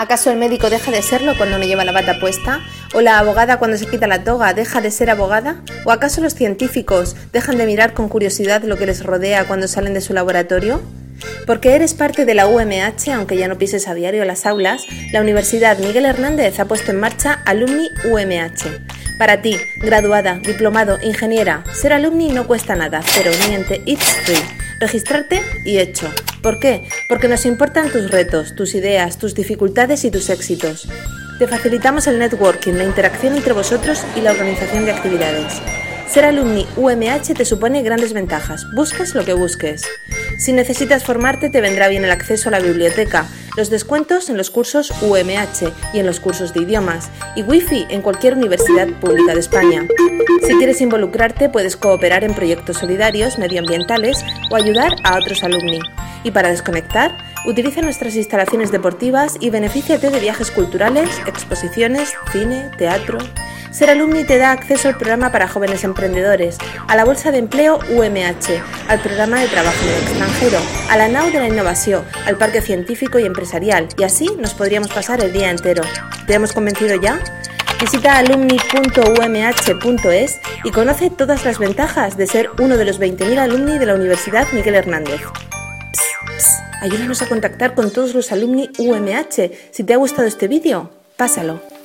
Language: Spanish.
¿Acaso el médico deja de serlo cuando no lleva la bata puesta? ¿O la abogada cuando se quita la toga deja de ser abogada? ¿O acaso los científicos dejan de mirar con curiosidad lo que les rodea cuando salen de su laboratorio? Porque eres parte de la UMH, aunque ya no pises a diario las aulas, la Universidad Miguel Hernández ha puesto en marcha Alumni UMH. Para ti, graduada, diplomado, ingeniera, ser alumni no cuesta nada, pero miente, it's free. Registrarte y hecho. ¿Por qué? Porque nos importan tus retos, tus ideas, tus dificultades y tus éxitos. Te facilitamos el networking, la interacción entre vosotros y la organización de actividades. Ser alumni UMH te supone grandes ventajas, busques lo que busques. Si necesitas formarte, te vendrá bien el acceso a la biblioteca, los descuentos en los cursos UMH y en los cursos de idiomas, y wifi en cualquier universidad pública de España. Si quieres involucrarte, puedes cooperar en proyectos solidarios, medioambientales o ayudar a otros alumni. Y para desconectar, utiliza nuestras instalaciones deportivas y benefíciate de viajes culturales, exposiciones, cine, teatro. Ser alumni te da acceso al programa para jóvenes emprendedores, a la Bolsa de Empleo UMH, al programa de trabajo en el extranjero, a la nau de la innovación, al parque científico y empresarial, y así nos podríamos pasar el día entero. ¿Te hemos convencido ya? Visita alumni.umh.es y conoce todas las ventajas de ser uno de los 20.000 alumni de la Universidad Miguel Hernández. Ayúdanos a contactar con todos los alumni UMH. Si te ha gustado este vídeo, pásalo.